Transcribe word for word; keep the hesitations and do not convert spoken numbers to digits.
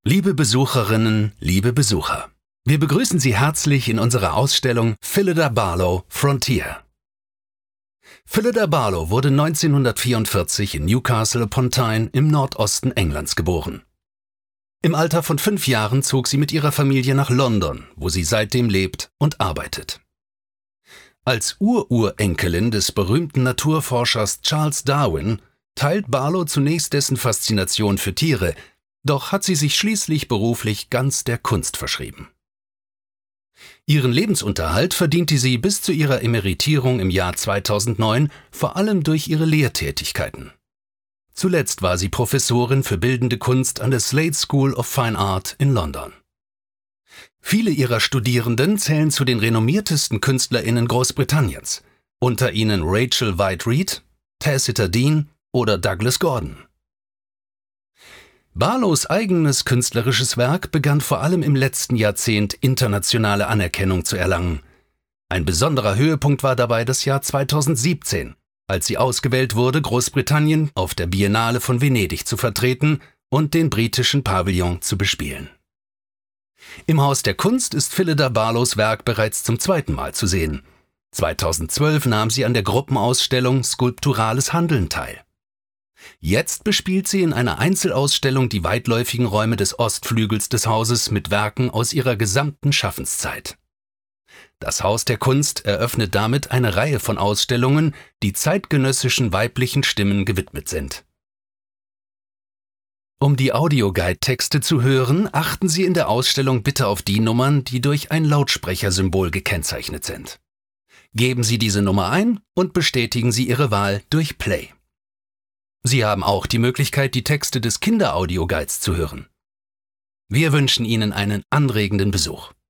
Liebe Besucherinnen, liebe Besucher, wir begrüßen Sie herzlich in unserer Ausstellung Phillida Barlow Frontier. Phillida Barlow wurde neunzehnhundertvierundvierzig in Newcastle upon Tyne im Nordosten Englands geboren. Im Alter von fünf Jahren zog sie mit ihrer Familie nach London, wo sie seitdem lebt und arbeitet. Als Ururenkelin des berühmten Naturforschers Charles Darwin teilt Barlow zunächst dessen Faszination für Tiere, doch hat sie sich schließlich beruflich ganz der Kunst verschrieben. Ihren Lebensunterhalt verdiente sie bis zu ihrer Emeritierung im Jahr zweitausendneun vor allem durch ihre Lehrtätigkeiten. Zuletzt war sie Professorin für Bildende Kunst an der Slade School of Fine Art in London. Viele ihrer Studierenden zählen zu den renommiertesten KünstlerInnen Großbritanniens, unter ihnen Rachel White Reid, Tacita Dean oder Douglas Gordon. Barlows eigenes künstlerisches Werk begann vor allem im letzten Jahrzehnt internationale Anerkennung zu erlangen. Ein besonderer Höhepunkt war dabei das Jahr zweitausendsiebzehn, als sie ausgewählt wurde, Großbritannien auf der Biennale von Venedig zu vertreten und den britischen Pavillon zu bespielen. Im Haus der Kunst ist Phillida Barlows Werk bereits zum zweiten Mal zu sehen. zweitausendzwölf nahm sie an der Gruppenausstellung Skulpturales Handeln teil. Jetzt bespielt sie in einer Einzelausstellung die weitläufigen Räume des Ostflügels des Hauses mit Werken aus ihrer gesamten Schaffenszeit. Das Haus der Kunst eröffnet damit eine Reihe von Ausstellungen, die zeitgenössischen weiblichen Stimmen gewidmet sind. Um die Audioguide-Texte zu hören, achten Sie in der Ausstellung bitte auf die Nummern, die durch ein Lautsprechersymbol gekennzeichnet sind. Geben Sie diese Nummer ein und bestätigen Sie Ihre Wahl durch Play. Sie haben auch die Möglichkeit, die Texte des Kinder-Audioguides zu hören. Wir wünschen Ihnen einen anregenden Besuch.